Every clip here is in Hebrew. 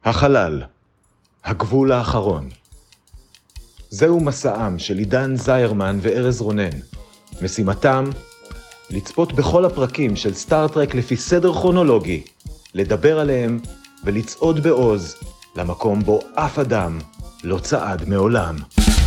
החלל, הגבול האחרון. זהו מסעם של עידן זיירמן וארז רונן. משימתם, לצפות בכל הפרקים של סטארטרק לפי סדר כרונולוגי, לדבר עליהם ולצעוד בעוז למקום בו אף אדם לא צעד מעולם.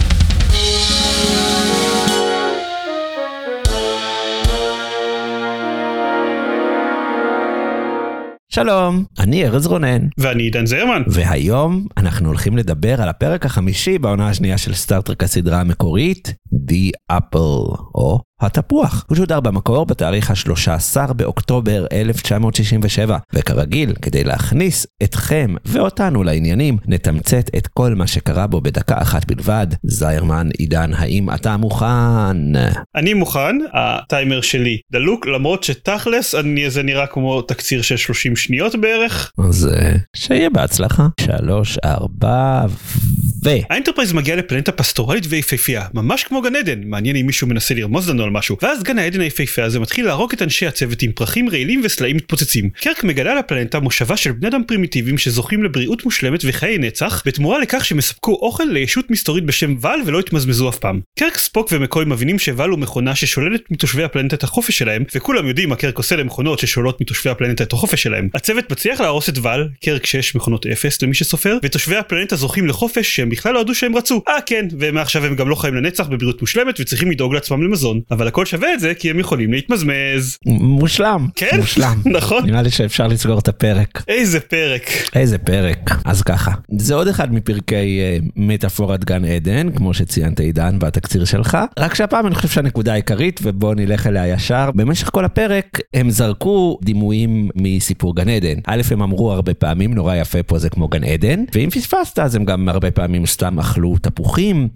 שלום, אני ארז רונן. ואני עידן זיירמן. והיום אנחנו הולכים לדבר על הפרק החמישי בעונה השנייה של סטארטרק הסדרה המקורית, The Apple, או התפוח. הוא שודר במקור בתאריך ה-13 באוקטובר 1967, וכרגיל, כדי להכניס אתכם ואותנו לעניינים, נתמצת את כל מה שקרה בו בדקה אחת בלבד. זיירמן, עידן, האם אתה מוכן? אני מוכן, הטיימר שלי דלוק, למרות שתכלס זה נראה כמו תקציר של 30 שניות בערך. אז שיהיה בהצלחה. 3, 4 האנטרפרייז מגיע לפלנטה פסטורלית ויפהפייה, ממש כמו גן עדן. מעניין אם מישהו מנסה לרמוז לנו על משהו. ואז גן העדן היפהפה הזה מתחיל להרוג את אנשי הצוות עם פרחים רעילים וסלעים מתפוצצים. קרק מגלה לפלנטה מושבה של בני אדם פרימיטיביים שזוכים לבריאות מושלמת וחיי נצח, בתמורה לכך שמספקו אוכל לישות מסתורית בשם ואל ולא התמזמזו אף פעם. קרק, ספוק ומקוי מבינים שוואל הוא מכונה ששוללת מתושבי הפלנטה את החופש שלהם, וכולם יודעים מה קרק עושה למכונות ששולות מתושבי הפלנטה את החופש שלהם. הצוות מצליח להרוס את ואל, קרק 6 מכונות 0 למי שסופר, ותושבי הפלנטה זוכים לחופש שהם בכלל לא ידעו שהם רצו. כן, ומעכשיו הם גם לא חיים לנצח בבריאות מושלמת וצריכים לדאוג לעצמם למזון, אבל הכל שווה את זה כי הם יכולים להתמזמז. מושלם. כן? מושלם. נכון. נראה לי שאפשר לסגור את הפרק. איזה פרק. איזה פרק. אז ככה, זה עוד אחד מפרקי מטאפורת גן עדן, כמו שציינת עידן בתקציר שלך, רק שהפעם אני חושב שהנקודה העיקרית, ובוא נלך אליה ישר, במשך כל הפרק הם זרקו דימויים מסיפור גן עדן. א', הם אמרו הרבה פעמים, נורא יפה פה זה כמו גן עדן, ואם פספסת אז הם גם הרבה פעמים סתם אכלו תפוחים.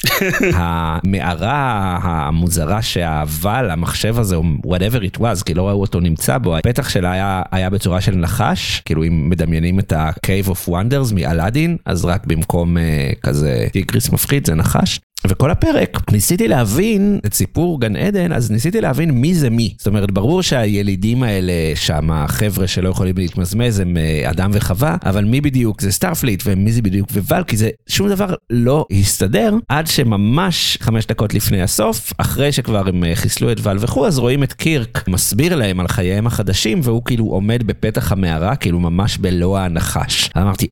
המערה המוזרה שהאבל, המחשב הזה, או whatever it was, כי לא ראו אותו נמצא בו, הפתח שלה היה בצורה של נחש, כאילו אם מדמיינים את ה-Cave of Wonders מאלאדין, אז רק במקום כזה טיגריס מפחיד זה נחש. וכל הפרק ניסיתי להבין את סיפור גן עדן, אז ניסיתי להבין מי זה מי. זאת אומרת, ברור שהילידים האלה שם, החבר'ה שלא יכולים להתמזמז, הם אדם וחווה, אבל מי בדיוק זה סטארפליט, ומי זה בדיוק וואל, כי זה שום דבר לא הסתדר, עד שממש 5 דקות לפני הסוף, אחרי שכבר הם חיסלו את ואל וכו', אז רואים את קירק מסביר להם על חייהם החדשים, והוא כאילו עומד בפתח המערה, כאילו ממש בלא הנחש. אמרתי,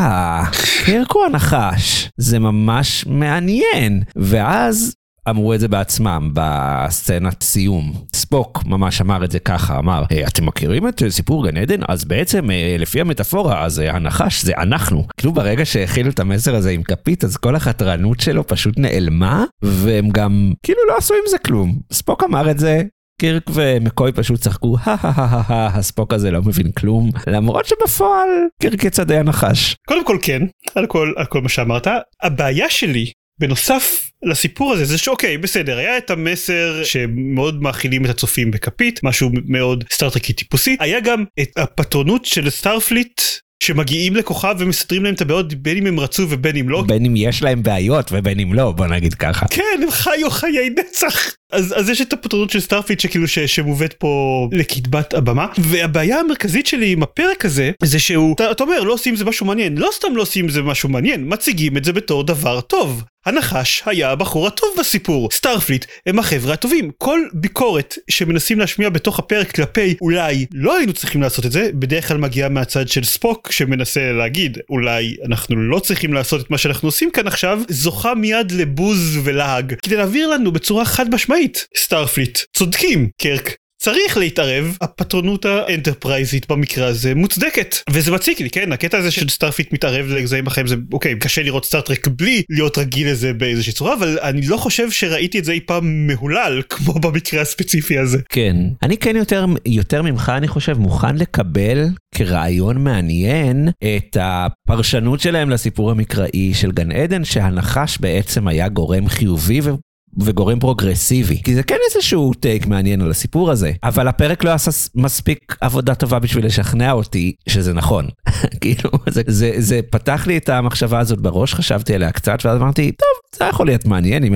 קירק הוא הנחש, זה ממש מעניין. ואז אמרו את זה בעצמם בסצנת סיום. ספוק ממש אמר את זה ככה, אמר, אתם מכירים את סיפור גן עדן? אז בעצם לפי המטאפורה, אז הנחש זה אנחנו. כאילו ברגע שהכילו את המסר הזה עם כפית, אז כל החתרנות שלו פשוט נעלמה, והם גם כאילו לא עשו עם זה כלום. ספוק אמר את זה, קירק ומקוי פשוט צחקו, הספוק הזה לא מבין כלום, למרות שבפועל קירק יצא הנחש. קודם כל כן, על כל מה שאמרת. הבעיה שלי בנוסף לסיפור הזה זה שאוקיי, בסדר, היה את המסר שמאוד מאכילים את הצופים בכפית, משהו מאוד סטארטרקי טיפוסי, היה גם את הפטרונות של סטארפליט שמגיעים לכוכב ומסתרים להם את הבעיות בין אם הם רצו ובין אם לא. בין אם יש להם בעיות ובין אם לא, בוא נגיד ככה. כן, הם חיו חיי נצח. אז יש את הפטרונות של סטארפליט שכאילו שמובאת פה לקדמת הבמה, והבעיה המרכזית שלי עם הפרק הזה, זה שהוא, אתה אומר, לא עושים זה משהו מעניין, לא סתם לא עושים זה משהו מעניין, מציגים את זה בתור דבר טוב. הנחש היה הבחור הטוב בסיפור, סטארפליט הם החבר'ה הטובים. כל ביקורת שמנסים להשמיע בתוך הפרק כלפי אולי לא היינו צריכים לעשות את זה, בדרך כלל מגיעה מהצד של ספוק שמנסה להגיד אולי אנחנו לא צריכים לעשות את מה שאנחנו עושים כאן עכשיו, זוכה מיד לבוז ולהג, כדי להעביר לנו בצורה חד משמעית, סטארפליט צודקים, קרק צריך להתערב, הפטרונות האנטרפרייזית במקרה הזה מוצדקת, וזה מציק לי, כן, הקטע הזה של סטארפליט מתערב לגזעים החיים, זה אוקיי, קשה לראות סטארטרק בלי להיות רגיל לזה באיזושהי צורה, אבל אני לא חושב שראיתי את זה אי פעם מהולל, כמו במקרה הספציפי הזה. כן, אני כן יותר ממך, אני חושב, מוכן לקבל כרעיון מעניין את הפרשנות שלהם לסיפור המקראי של גן עדן, שהנחש בעצם היה גורם חיובי וגורם פרוגרסיבי, כי זה כן איזשהו טייק מעניין על הסיפור הזה, אבל הפרק לא עשה מספיק עבודה טובה בשביל לשכנע אותי שזה נכון. כאילו, זה פתח לי את המחשבה הזאת בראש, חשבתי עליה קצת, ואז אמרתי, טוב, זה יכול להיות מעניין אם הם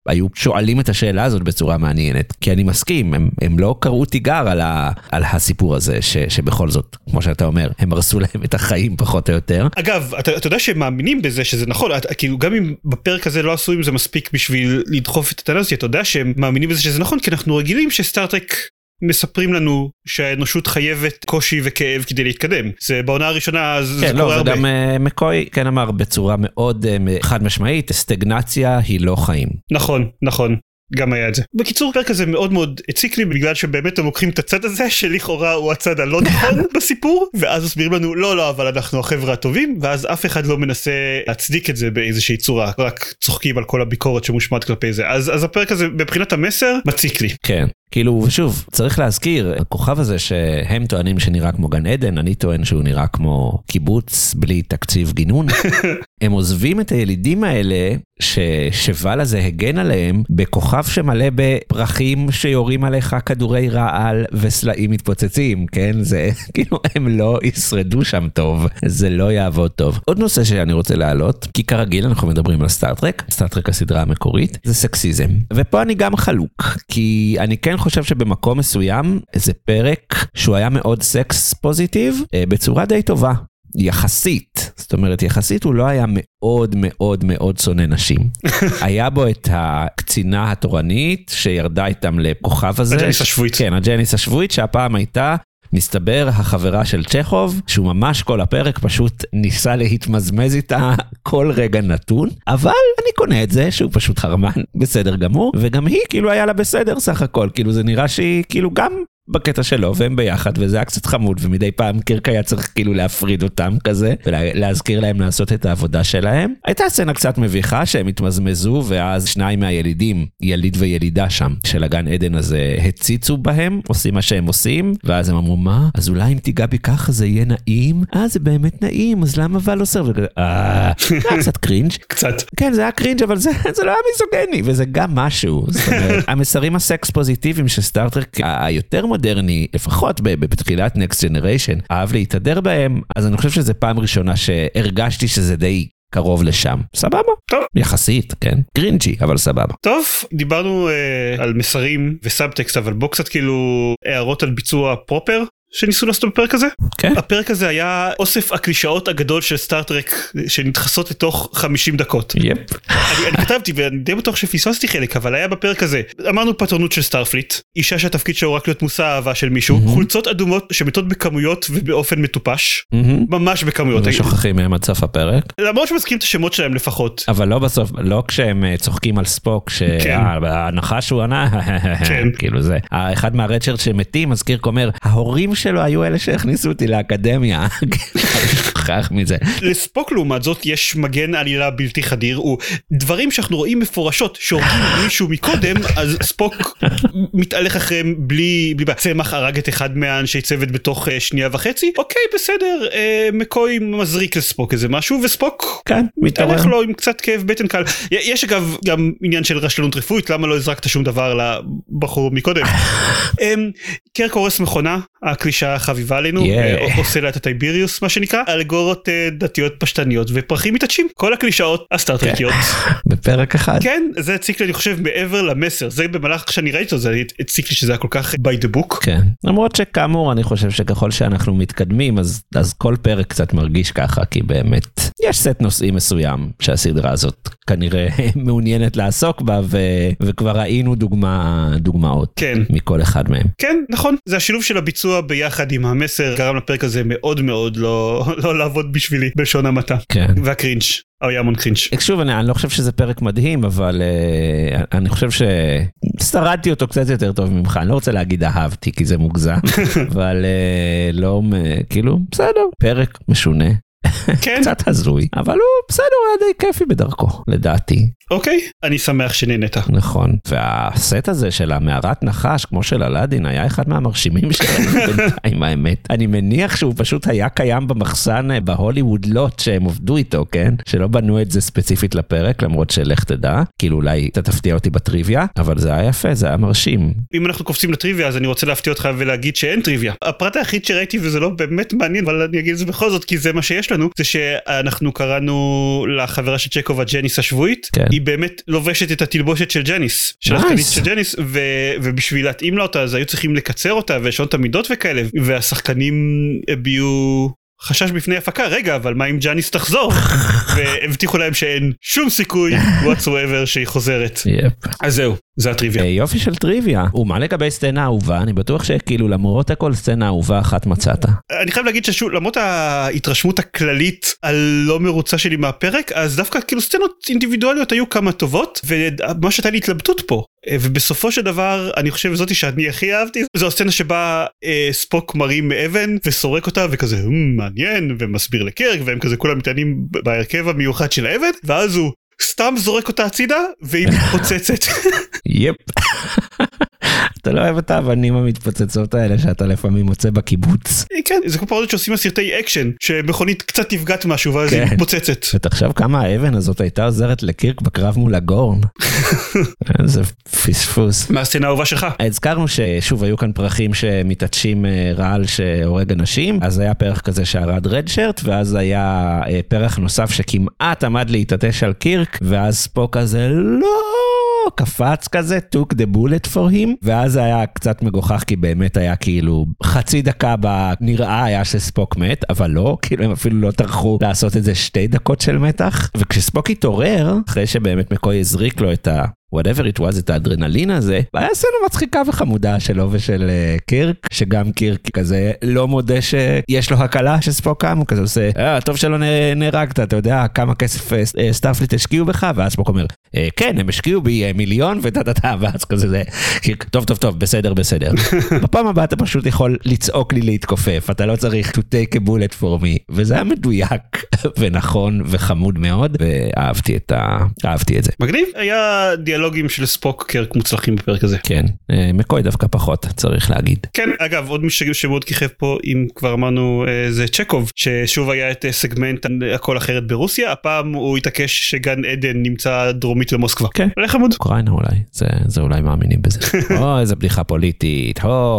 היו שואלים את השאלה הזאת בצורה מעניינת, כי אני מסכים, הם לא קראו תיגר על הסיפור הזה, שבכל זאת, כמו שאתה אומר, הם הרסו להם את החיים פחות או יותר. אגב, אתה יודע שהם מאמינים בזה שזה נכון, כאילו גם אם בפרק הזה לא עשו עם זה מספיק בשביל לדחוף את הטענה הזאת, אתה יודע שהם מאמינים בזה שזה נכון, כי אנחנו רגילים שסטארטרק מספרים לנו שהאנושות חייבת קושי וכאב כדי להתקדם. זה בעונה הראשונה, זה קורה הרבה. וגם מקוי כן אמר בצורה מאוד חד משמעית, סטגנציה היא לא חיים. נכון. גם היה את זה. בקיצור, פרק הזה מאוד מאוד הציק לי, בגלל שבאמת הם לוקחים את הצד הזה, שלכאורה הוא הצד הלא נכון בסיפור, ואז מסבירים לנו, לא, אבל אנחנו החבר'ה הטובים, ואז אף אחד לא מנסה להצדיק את זה באיזושהי צורה, רק צוחקים על כל הביקורת שמושמעת כלפי זה. אז הפרק הזה, מבחינת המסר, מציק לי. כן. כאילו, ושוב, צריך להזכיר, הכוכב הזה שהם טוענים שנראה כמו גן עדן, אני טוען שהוא נראה כמו קיבוץ בלי תקציב גינון. הם עוזבים את הילידים האלה, ששבל הזה הגן עליהם, בכוכב שמלא בפרחים שיורים עליך כדורי רעל וסלעים מתפוצצים, כן? זה, כאילו, הם לא ישרדו שם טוב, זה לא יעבוד טוב. עוד נושא שאני רוצה להעלות, כי כרגיל אנחנו מדברים על סטארטרק, סטארטרק הסדרה המקורית, זה סקסיזם. ופה אני גם חלוק, כי אני כן חושב שבמקום מסוים, זה פרק שהוא היה מאוד סקס פוזיטיב, בצורה די טובה. יחסית, זאת אומרת יחסית הוא לא היה מאוד מאוד מאוד שונא נשים. היה בו את הקצינה התורנית שירדה איתם לכוכב הזה. הג'ניס השבועית. כן, הג'ניס השבועית שהפעם הייתה, מסתבר החברה של צ'כוב, שהוא ממש כל הפרק פשוט ניסה להתמזמז איתה כל רגע נתון, אבל אני קונה את זה שהוא פשוט הרמן בסדר גמור, וגם היא כאילו היה לה בסדר סך הכל, כאילו זה נראה שהיא כאילו גם בקטע שלו, והם ביחד, וזה היה קצת חמוד, ומדי פעם קירק היה צריך כאילו להפריד אותם כזה, ולהזכיר להם לעשות את העבודה שלהם. הייתה סצנה קצת מביכה, שהם התמזמזו, ואז שניים מהילידים, יליד וילידה שם, של הגן עדן הזה, הציצו בהם, עושים מה שהם עושים, ואז הם אמרו, מה? אז אולי אם תיגע בי ככה זה יהיה נעים? זה באמת נעים, אז למה אבל לא סרב? זה היה קצת קרינג'. קצת. כן, זה היה קרינג', אבל זה לא היה מיזוגני, וזה גם משהו. זאת אומרת, המסרים הסקס פוזיטיביים של סטארטרק היותר מודרני, לפחות בתחילת Next Generation, אהב להתהדר בהם, אז אני חושב שזה פעם ראשונה שהרגשתי שזה די קרוב לשם. סבבה? טוב. יחסית, כן? גרינג'י, אבל סבבה. טוב, דיברנו על מסרים וסאבטקסט, אבל בוא קצת כאילו הערות על ביצוע פרופר. שניסו לעשות בפרק הזה. כן. הפרק הזה היה אוסף הקלישאות הגדול של סטארטרק שנדחסות לתוך 50 דקות. יפ. אני כתבתי ואני די בטוח שפיספסתי חלק, אבל היה בפרק הזה, אמרנו פטרונות של סטארפליט, אישה שהתפקיד שלו רק להיות מושא אהבה של מישהו, חולצות אדומות שמתות בכמויות ובאופן מטופש, ממש בכמויות. ושוכחים מהם עד סוף הפרק. למרות שמזכירים את השמות שלהם לפחות. אבל לא בסוף, לא כשהם צוחקים על ספוק, שהנחש הוא ענה, כאילו זה. אחד מהרדשרט שמתים, מזכיר אומר, ההורים שלו היו אלה שהכניסו אותי לאקדמיה. שוכח מזה. לספוק לעומת זאת יש מגן עלילה בלתי חדיר, הוא דברים שאנחנו רואים מפורשות שהורגים מישהו מקודם, אז ספוק מתהלך אחריהם בלי צמח הרג את אחד מהאנשי צוות בתוך שנייה וחצי, אוקיי בסדר, מקוי מזריק לספוק איזה משהו, וספוק מתהלך לו עם קצת כאב בטן קל. יש אגב גם עניין של רשלנות רפואית, למה לא הזרקת שום דבר לבחור מקודם. קרק הורס מכונה, הקלישה חביבה עלינו, עושה לה את הטייביריוס מה שנקרא, אלגורות דתיות פשטניות ופרחים מתעדשים, כל הקלישאות הסטארטרקיות. בפרק אחד. כן, זה הציק לי אני חושב מעבר למסר, זה במהלך שאני ראיתי אותו, זה הציק לי שזה היה כל כך by the book. כן, למרות שכאמור אני חושב שככל שאנחנו מתקדמים, אז כל פרק קצת מרגיש ככה, כי באמת יש סט נושאים מסוים שהסדרה הזאת כנראה מעוניינת לעסוק בה, וכבר ראינו דוגמאות מכל אחד מהם. כן, נכון, זה השילוב של הביצוע ביחד עם המסר, גרם לפרק הזה מאוד מאוד לא לעבוד בשבילי בלשון המעטה. כן. והקרינג' היה המון קרינג'. שוב, אני לא חושב שזה פרק מדהים, אבל אני חושב ששרדתי אותו קצת יותר טוב ממך, אני לא רוצה להגיד אהבתי, כי זה מוגזם, אבל לא, כאילו, בסדר, פרק משונה. כן. קצת הזוי, אבל הוא בסדר, הוא היה די כיפי בדרכו, לדעתי. אוקיי, אני שמח שנהנית. נכון, והסט הזה של המערת נחש, כמו של אלאדין, היה אחד מהמרשימים שלנו בינתיים, האמת. אני מניח שהוא פשוט היה קיים במחסן בהוליווד לוט שהם עובדו איתו, כן? שלא בנו את זה ספציפית לפרק, למרות שלך תדע, כאילו אולי אתה תפתיע אותי בטריוויה, אבל זה היה יפה, זה היה מרשים. אם אנחנו קופצים לטריוויה, אז אני רוצה להפתיע אותך ולהגיד שאין טריוויה. הפרט היחיד שראיתי, וזה לא באמת מעניין, אבל אני אגיד את זה בכל זאת, כי זה מה שיש לנו, זה שאנחנו קראנו לחברה של צ'קוב הג'ניס השבועית, היא באמת לובשת את התלבושת של ג'ניס, של השחקנית של ג'ניס, ובשביל להתאים לה אותה, אז היו צריכים לקצר אותה, ולשנות את המידות וכאלה, והשחקנים הביעו חשש בפני הפקה, רגע, אבל מה אם ג'ניס תחזור? והבטיחו להם שאין שום סיכוי whatsoever שהיא חוזרת. אז זהו, זה הטריוויה. יופי של טריוויה. ומה לגבי סצנה אהובה? אני בטוח שכאילו למרות הכל סצנה אהובה אחת מצאת. אני חייב להגיד למרות ההתרשמות הכללית הלא מרוצה שלי מהפרק, אז דווקא כאילו סצנות אינדיבידואליות היו כמה טובות, ומה שהייתה לי התלבטות פה. ובסופו של דבר אני חושב זאתי שאני הכי אהבתי, זו הסצנה שבה ספוק מרים מאבן וסורק אותה וכזה מעניין ומסביר לקרק, והם כזה כולם מתעניינים בהרכב המיוחד של האבן, ואז הוא סתם זורק אותה הצידה והיא מתפוצצת. יפ. אתה לא אוהב את האבנים המתפוצצות האלה שאתה לפעמים מוצא בקיבוץ. כן, זה כמו פרודות שעושים סרטי אקשן, שמכונית קצת תפגעת משהו ואז היא מתפוצצת. ותחשב כמה האבן הזאת הייתה עוזרת לקירק בקרב מול הגורן. איזה פספוס. מה הסצנה האהובה שלך? הזכרנו ששוב היו כאן פרחים שמתעטשים רעל שהורג אנשים, אז היה פרח כזה שהרד רדשרט, ואז היה פרח נוסף שכמעט עמד להתעטש על קירק, ואז ספוק כזה לא... קפץ כזה, took the bullet for him, ואז זה היה קצת מגוחך, כי באמת היה כאילו חצי דקה בנראה היה שספוק מת, אבל לא, כאילו הם אפילו לא טרחו לעשות את זה 2 דקות של מתח, וכשספוק התעורר, אחרי שבאמת מקוי הזריק לו את whatever it was, את האדרנלין הזה, היה סצנה מצחיקה וחמודה שלו ושל קירק, שגם קירק כזה לא מודה שיש לו הקלה שספוק קם, הוא כזה עושה, טוב שלא נהרגת, אתה יודע כמה כסף סטארפליט השקיעו בך, ואז ספוק אומר, כן, הם השקיעו בי 1,000,000 ודדדה, ואז כזה זה, קירק, טוב, בסדר. בפעם הבאה אתה פשוט יכול לצעוק לי להתכופף, אתה לא צריך to take a bullet for me, וזה היה מדויק ונכון וחמוד מאוד, ואהבתי את זה. מגניב, היה דיאלוגים של ספוק קרק מוצלחים בפרק הזה. כן, מקוי דווקא פחות, צריך להגיד. כן, אגב, עוד מישהו שמאוד כיכב פה, אם כבר אמרנו, זה צ'קוב, ששוב היה את סגמנט הכל אחרת ברוסיה, הפעם הוא התעקש שגן עדן נמצא דרומית למוסקבה. כן. הולך חמוד. אוקראינה אולי, זה אולי מאמינים בזה. איזה בדיחה פוליטית,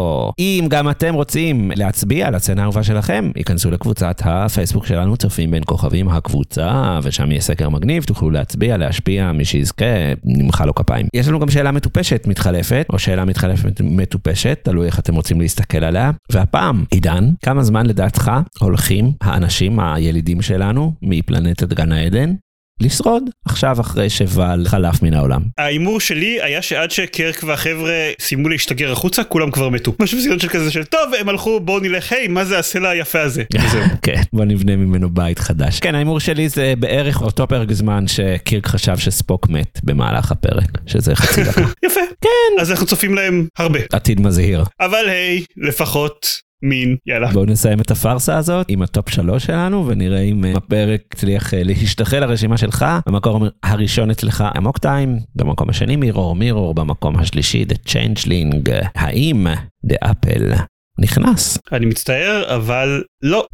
אם גם אתם רוצים להצביע על הסצנה האהובה שלכם, ייכנסו לקבוצת הפייסבוק שלנו, צופים בין כוכבים הקבוצה, ושם יהיה סקר מגניב, תוכלו להצביע, להשפיע, מי שיזכה, נמחא לו כפיים. יש לנו גם שאלה מטופשת מתחלפת, או שאלה מתחלפת מטופשת, תלוי איך אתם רוצים להסתכל עליה, והפעם, עידן, כמה זמן לדעתך הולכים האנשים, הילידים שלנו, מפלנטת גן העדן, לשרוד עכשיו אחרי שוואל חלף מן העולם. האימור שלי היה שעד שקרק והחבר'ה סיימו להשתגר החוצה, כולם כבר מתו. משהו בסגנון של כזה של, טוב, הם הלכו, בואו נלך, היי, מה זה הסלע היפה הזה? כן, בוא נבנה ממנו בית חדש. כן, האימור שלי זה בערך אותו פרק זמן שקרק חשב שספוק מת במהלך הפרק, שזה חצי דקה. יפה. כן. אז אנחנו צופים להם הרבה. עתיד מזהיר. אבל היי, לפחות... מין, יאללה. בואו נסיים את הפרסה הזאת עם הטופ 3 שלנו, ונראה אם הפרק תצליח להשתחל לרשימה שלך. במקום הראשון אצלך עמוק טיים, במקום השני מירור, במקום השלישי The Changeling. האם The Apple נכנס? אני מצטער, אבל לא.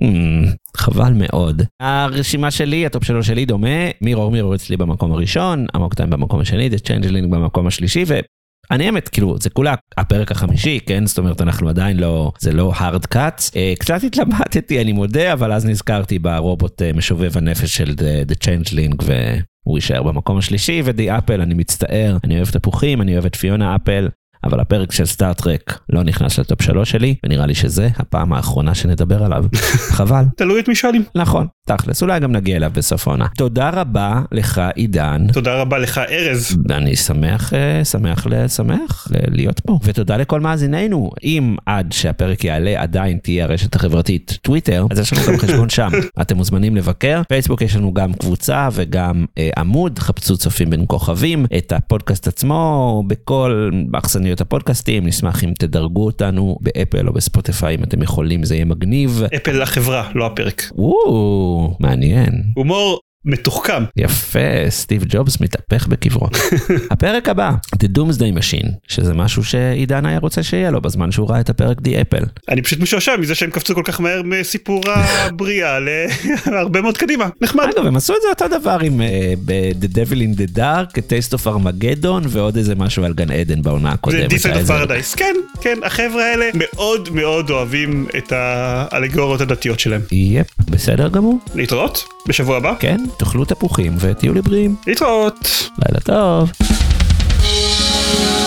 חבל מאוד. הרשימה שלי, הטופ 3 שלי דומה, מירור אצלי במקום הראשון, עמוק טיים במקום השני, The Changeling במקום השלישי, אני האמת, כאילו, זה כולה הפרק החמישי, כן? זאת אומרת, אנחנו עדיין לא, זה לא hard cuts. קצת התלבטתי, אני מודה, אבל אז נזכרתי ברובוט משובב הנפש של The Changeling, והוא יישאר במקום השלישי, ו-The Apple, אני מצטער, אני אוהב תפוחים, אני אוהב את פיונה אפל, אבל הפרק של סטארטרק לא נכנס לטופ 3 שלי, ונראה לי שזה הפעם האחרונה שנדבר עליו. חבל. תלוי את מי שואלים. נכון, תכלס, אולי גם נגיע אליו בסוף העונה. תודה רבה לך, עידן. תודה רבה לך, ארז. אני שמח להיות פה. ותודה לכל מאזיננו. אם עד שהפרק יעלה עדיין תהיה הרשת החברתית טוויטר, אז יש לנו גם חשבון שם. אתם מוזמנים לבקר. פייסבוק יש לנו גם קבוצה וגם עמוד, חפשו צופים בין כוכבים, את הפודקאסט עצמו, בכל מחסניות הפודקאסטים, נשמח אם תדרגו אותנו באפל או בספוטיפיי, אם אתם יכולים, זה יהיה מגניב. אפל לחברה, לא הפרק. מעניין. הומור מתוחכם. יפה, סטיב ג'ובס מתהפך בקברו. הפרק הבא, The Doomsday Machine, שזה משהו שעידן היה רוצה שיהיה לו בזמן שהוא ראה את הפרק The Apple. אני פשוט משועשע מזה שהם קפצו כל כך מהר מסיפור הבריאה להרבה מאוד קדימה. נחמד. אגב, הם עשו את זה אותו דבר עם The Devil in the Dark, A Taste of Armageddon, ועוד איזה משהו על גן עדן בעונה הקודמת. זה Descent of Paradise. כן, כן, החבר'ה האלה מאוד מאוד אוהבים את האלגוריות הדתיות שלהם. יפ, בסדר גמור. להתראות בשבוע הבא. כן, תאכלו תפוחים ותהיו לבריאים. להתראות. לילה טוב.